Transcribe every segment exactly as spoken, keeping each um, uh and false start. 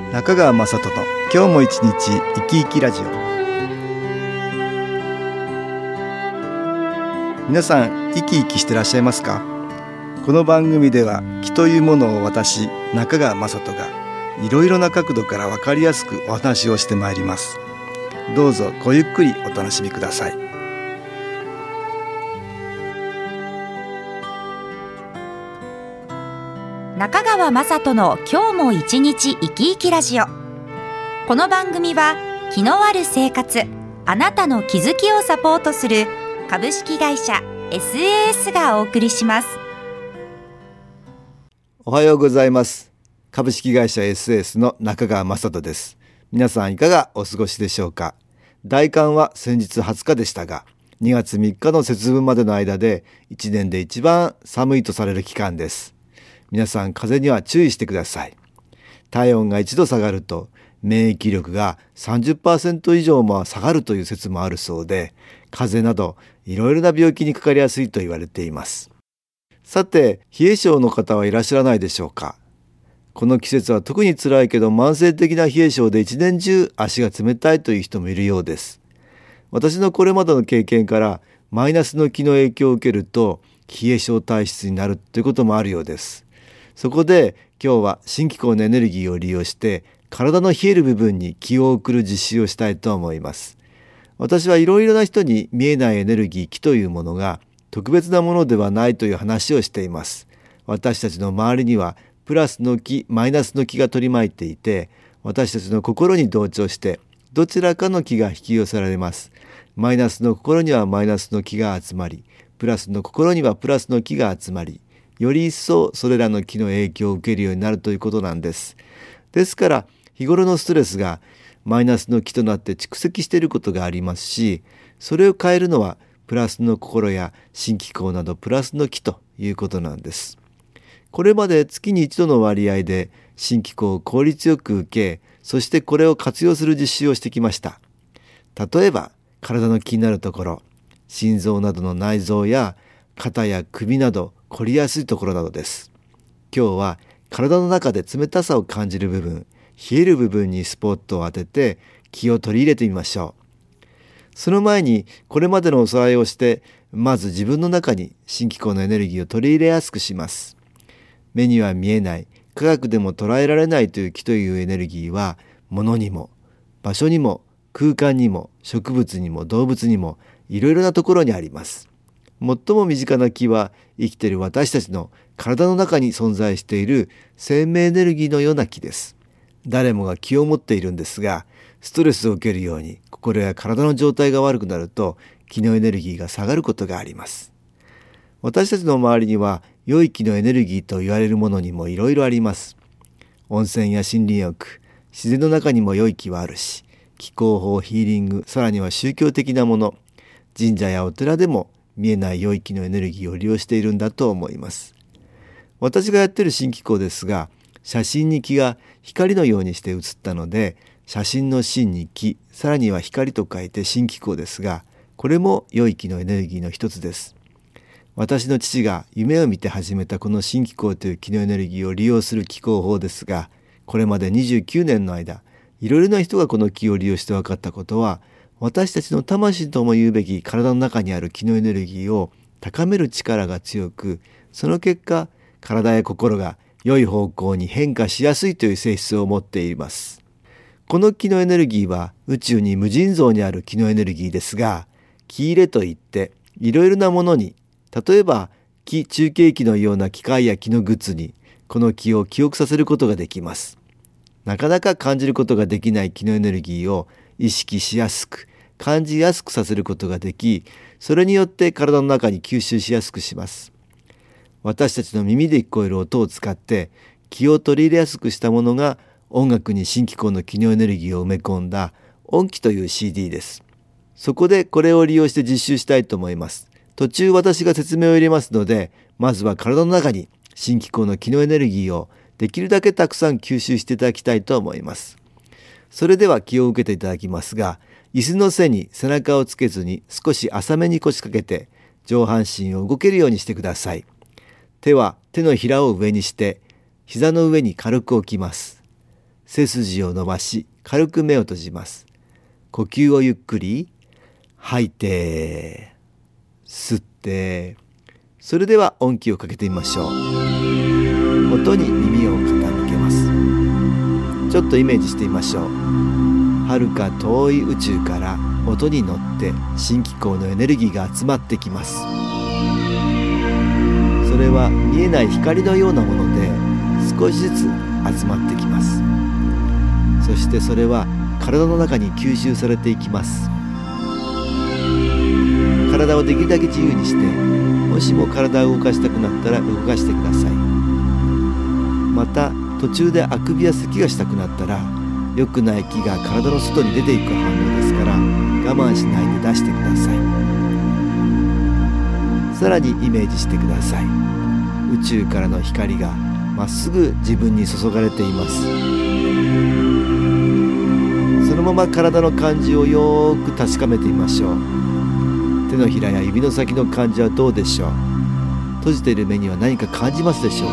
中川雅人の今日も一日生き生きラジオ。皆さん生き生きしてらっしゃいますか？この番組では気というものを私中川雅人がいろいろな角度から分かりやすくお話をしてまいります。どうぞごゆっくりお楽しみください。 中川雅人の今日も一日生き生きラジオ。この番組は気のある生活、あなたの気づきをサポートする株式会社 エスエーエス がお送りします。 おはようございます。株式会社 エスエーエス の中川雅人です。皆さんいかがお過ごしでしょうか？大寒は先日はつかでしたが、にがつみっかの節分までの間でいちねんで一番寒いとされる期間です。皆さん風邪には注意してください。体温がいちど下がると免疫力が さんじゅっパーセント 以上も下がるという説もあるそうで、風邪などいろいろな病気にかかりやすいと言われています。さて、冷え性の方はいらっしゃらないでしょうか？この季節は特に辛いけど慢性的な冷え性で一年中足が冷たいという人もいるようです。私のこれまでの経験からマイナスの気の影響を受けると冷え性体質になるということもあるようです。そこで今日は新気候のエネルギーを利用して体の冷える部分に気を送る実習をしたいと思います。私はいろいろな人に見えないエネルギー気というものが特別なものではないという話をしています。私たちの周りにはプラスの気、マイナスの気が取り巻いていて、私たちの心に同調してどちらかの気が引き寄せられます。マイナスの心にはマイナスの気が集まり、プラスの心にはプラスの気が集まり、より一層それらの気の影響を受けるようになるということなんです。ですから日頃のストレスがマイナスの気となって蓄積していることがありますし、それを変えるのはプラスの心や新気候などプラスの気ということなんです。これまで月に一度の割合で新気候を効率よく受け、そしてこれを活用する実習をしてきました。例えば体の気になるところ、心臓などの内臓や肩や首など凝りやすいところなどです。今日は体の中で冷たさを感じる部分、冷える部分にスポットを当てて気を取り入れてみましょう。その前にこれまでのおさらいをして、まず自分の中に新気候のエネルギーを取り入れやすくします。目には見えない、科学でも捉えられないという気というエネルギーは、物にも場所にも空間にも植物にも動物にもいろいろなところにあります。最も身近な気は生きている私たちの体の中に存在している生命エネルギーのような気です。誰もが気を持っているんですが、ストレスを受けるように心や体の状態が悪くなると気のエネルギーが下がることがあります。私たちの周りには良い気のエネルギーと言われるものにもいろいろあります。温泉や森林浴、自然の中にも良い気はあるし、気候法、ヒーリング、さらには宗教的なもの、神社やお寺でも見えない良い気のエネルギーを利用しているんだと思います。私がやっている新気候ですが、写真に気が光のようにして写ったので、写真の真に気、さらには光と書いて新気候ですが、これも良い気のエネルギーの一つです。私の父が夢を見て始めたこの新気候という気のエネルギーを利用する気候法ですが、これまでにじゅうきゅうねんの間、いろいろな人がこの気を利用して分かったことは、私たちの魂とも言うべき体の中にある気のエネルギーを高める力が強く、その結果体や心が良い方向に変化しやすいという性質を持っています。この気のエネルギーは宇宙に無尽蔵にある気のエネルギーですが、気入れといっていろいろなものに、例えば気中継機のような機械や気のグッズにこの気を記憶させることができます。なかなか感じることができない気のエネルギーを意識しやすく感じやすくさせることができ、それによって体の中に吸収しやすくします。私たちの耳で聞こえる音を使って気を取り入れやすくしたものが、音楽に新気候の気のエネルギーを埋め込んだ音気という シーディー です。そこでこれを利用して実習したいと思います。途中私が説明を入れますので、まずは体の中に新気候の気のエネルギーをできるだけたくさん吸収していただきたいと思います。それでは気を受けていただきますが、椅子の背に背中をつけずに少し浅めに腰掛けて上半身を動けるようにしてください。手は手のひらを上にして膝の上に軽く置きます。 背筋を伸ばし軽く目を閉じます。呼吸をゆっくり吐いて吸って、それでは音気をかけてみましょう。音に耳を傾けます。ちょっとイメージしてみましょう。遥か遠い宇宙から音に乗って新機構のエネルギーが集まってきます。それは見えない光のようなもので少しずつ集まってきます。そしてそれは体の中に吸収されていきます。体をできるだけ自由にして、もしも体を動かしたくなったら動かしてください。また途中であくびや咳がしたくなったら、良くない気が体の外に出ていく反応ですから、我慢しないで出してください。さらにイメージしてください。宇宙からの光がまっすぐ自分に注がれています。そのまま体の感じをよーく確かめてみましょう。手のひらや指の先の感じはどうでしょう。閉じている目には何か感じますでしょうか。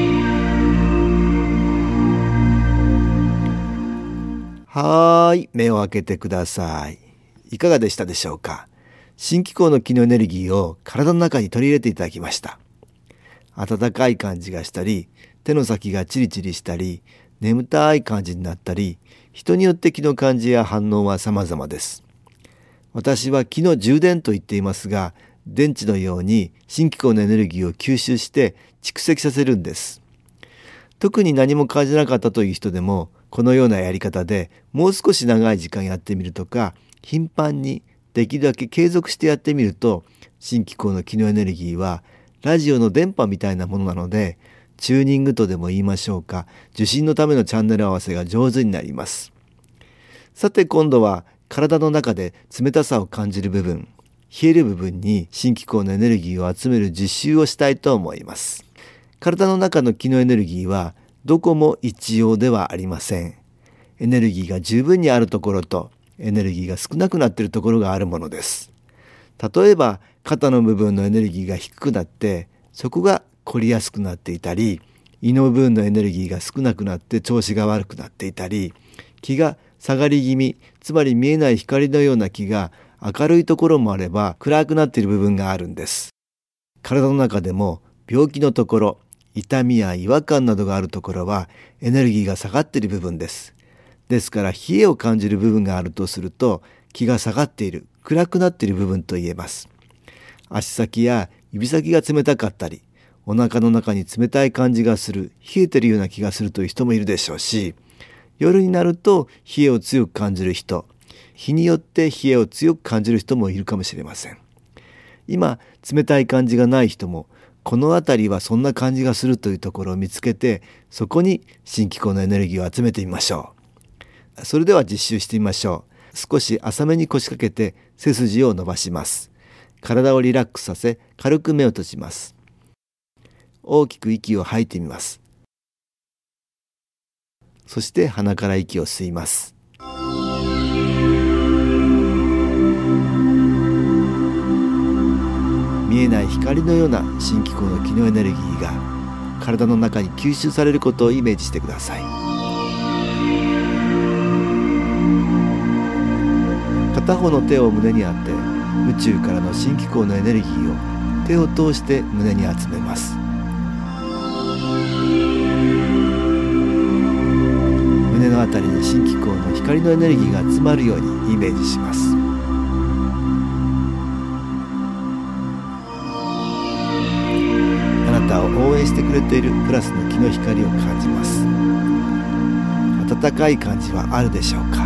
はーい、目を開けてください。いかがでしたでしょうか。新機構の気のエネルギーを体の中に取り入れていただきました。温かい感じがしたり、手の先がチリチリしたり、眠たい感じになったり、人によって気の感じや反応は様々です。私は気の充電と言っていますが、電池のように新機構のエネルギーを吸収して蓄積させるんです。特に何も感じなかったという人でも、このようなやり方でもう少し長い時間やってみるとか、頻繁にできるだけ継続してやってみると、新機構の気のエネルギーはラジオの電波みたいなものなので、チューニングとでも言いましょうか、受信のためのチャンネル合わせが上手になります。さて今度は体の中で冷たさを感じる部分、冷える部分に新機構のエネルギーを集める実習をしたいと思います。体の中の気のエネルギーはどこも一様ではありません。エネルギーが十分にあるところとエネルギーが少なくなっているところがあるものです。例えば肩の部分のエネルギーが低くなってそこが凝りやすくなっていたり、胃の部分のエネルギーが少なくなって調子が悪くなっていたり、気が下がり気味、つまり見えない光のような気が明るいところもあれば暗くなっている部分があるんです。体の中でも病気のところ、痛みや違和感などがあるところはエネルギーが下がっている部分です。ですから冷えを感じる部分があるとすると、気が下がっている、暗くなっている部分と言えます。足先や指先が冷たかったり、お腹の中に冷たい感じがする、冷えているような気がするという人もいるでしょうし、夜になると冷えを強く感じる人、日によって冷えを強く感じる人もいるかもしれません。今冷たい感じがない人も、このあたりはそんな感じがするというところを見つけて、そこに新機構のエネルギーを集めてみましょう。それでは実習してみましょう。少し浅めに腰掛けて背筋を伸ばします。体をリラックスさせ、軽く目を閉じます。大きく息を吐いてみます。そして鼻から息を吸います。見えない光のような新機構の気のエネルギーが体の中に吸収されることをイメージしてください。片方の手を胸に当て、宇宙からの新機構のエネルギーを手を通して胸に集めます。胸のあたりに新機構の光のエネルギーが集まるようにイメージします。あなたを応援してくれているプラスの気の光を感じます。温かい感じはあるでしょうか。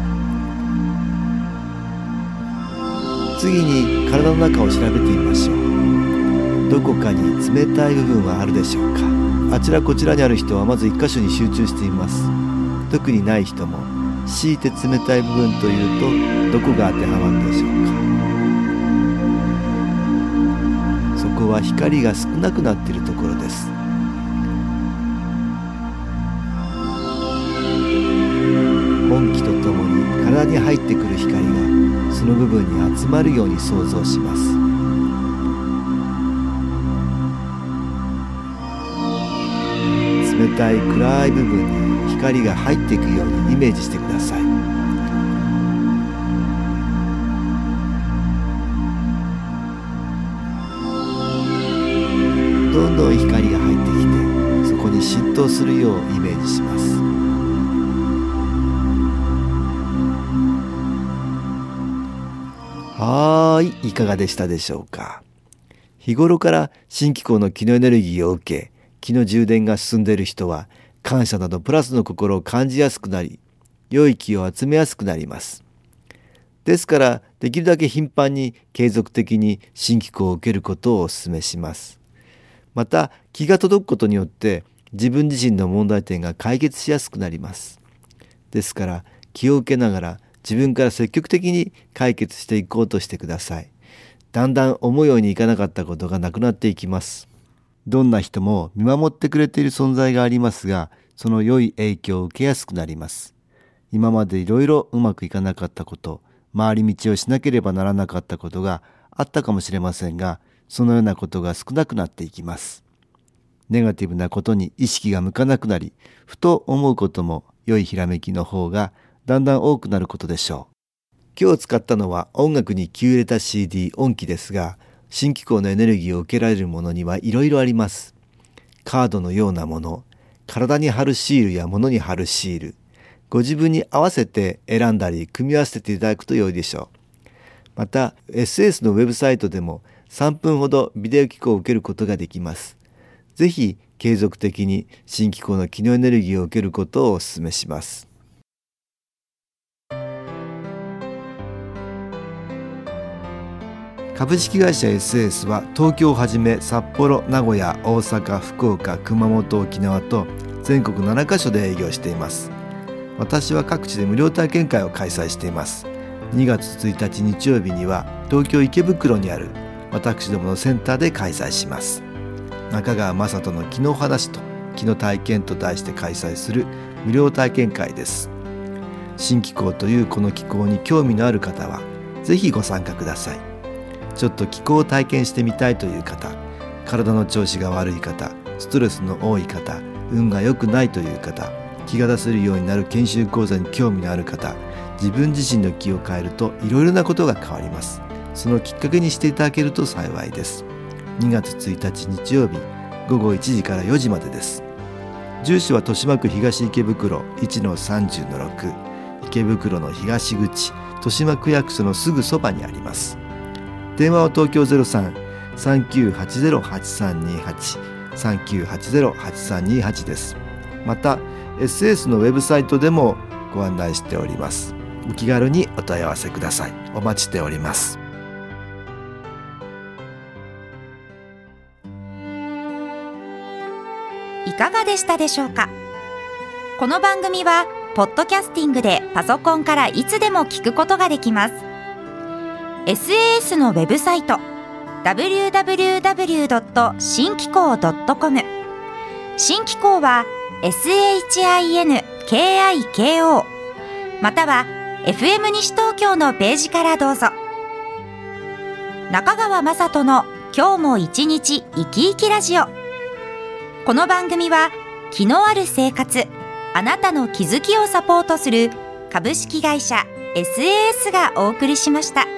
次に体の中を調べてみましょう。どこかに冷たい部分はあるでしょうか。あちらこちらにある人はまず一箇所に集中してみます。特にない人も強いて冷たい部分というとどこが当てはまるでしょうか。そこは光が少なくなっているところです。音気とともに体に入ってくる光がその部分に集まるように想像します。冷たい暗い部分に光が入っていくようにイメージしてください。どんどん光が入ってきて、そこに浸透するようイメージします。はーい、いかがでしたでしょうか。日頃から新機構の気のエネルギーを受け、気の充電が進んでいる人は感謝などプラスの心を感じやすくなり、良い気を集めやすくなります。ですからできるだけ頻繁に継続的に新機構を受けることをお勧めします。また気が届くことによって自分自身の問題点が解決しやすくなります。ですから気を受けながら自分から積極的に解決していこうとしてください。だんだん思うようにいかなかったことがなくなっていきます。どんな人も見守ってくれている存在がありますが、その良い影響を受けやすくなります。今までいろいろうまくいかなかったこと、回り道をしなければならなかったことがあったかもしれませんが、そのようなことが少なくなっていきます。ネガティブなことに意識が向かなくなり、ふと思うことも良いひらめきの方がだんだん多くなることでしょう。今日使ったのは音楽に気を入れた シーディー 音機ですが、新機構のエネルギーを受けられるものにはいろいろあります。カードのようなもの、体に貼るシールや物に貼るシール、ご自分に合わせて選んだり組み合わせていただくと良いでしょう。また エスエス のウェブサイトでもさんぷんほどビデオ機構を受けることができます。ぜひ継続的に新機構の気のエネルギーを受けることをお勧めします。株式会社 エスエス は東京をはじめ札幌、名古屋、大阪、福岡、熊本、沖縄と全国ななカ所で営業しています。私は各地で無料体験会を開催しています。にがつついたち日曜日には東京池袋にある私どものセンターで開催します。中川雅人の気の話と気の体験と題して開催する無料体験会です。新機構というこの機構に興味のある方はぜひご参加ください。ちょっと気候を体験してみたいという方、体の調子が悪い方、ストレスの多い方、運が良くないという方、気が出せるようになる研修講座に興味のある方、自分自身の気を変えるといろいろなことが変わります。そのきっかけにしていただけると幸いです。にがつついたち日曜日ごごいちじからよじまでです。住所は豊島区東池袋 いちのさんじゅうのろく、池袋の東口、豊島区役所のすぐそばにあります。電話は東京 ゼロさん さんきゅうはちゼロ はちさんにはち さんきゅうはちゼロ はちさんにはちです。また エスエス のウェブサイトでもご案内しております。お気軽にお問い合わせください。お待ちしております。 いかがでしたでしょうか。この番組はポッドキャスティングでパソコンからいつでも聞くことができます。エスエーエス のウェブサイト ダブリューダブリューダブリュードットシンキコードットコム、 新機構は エスエイチアイエヌケーアイケーオー または エフエム 西東京のページからどうぞ。中川雅人の今日も一日生き生きラジオ。この番組は気のある生活、あなたの気づきをサポートする株式会社 エスエーエス がお送りしました。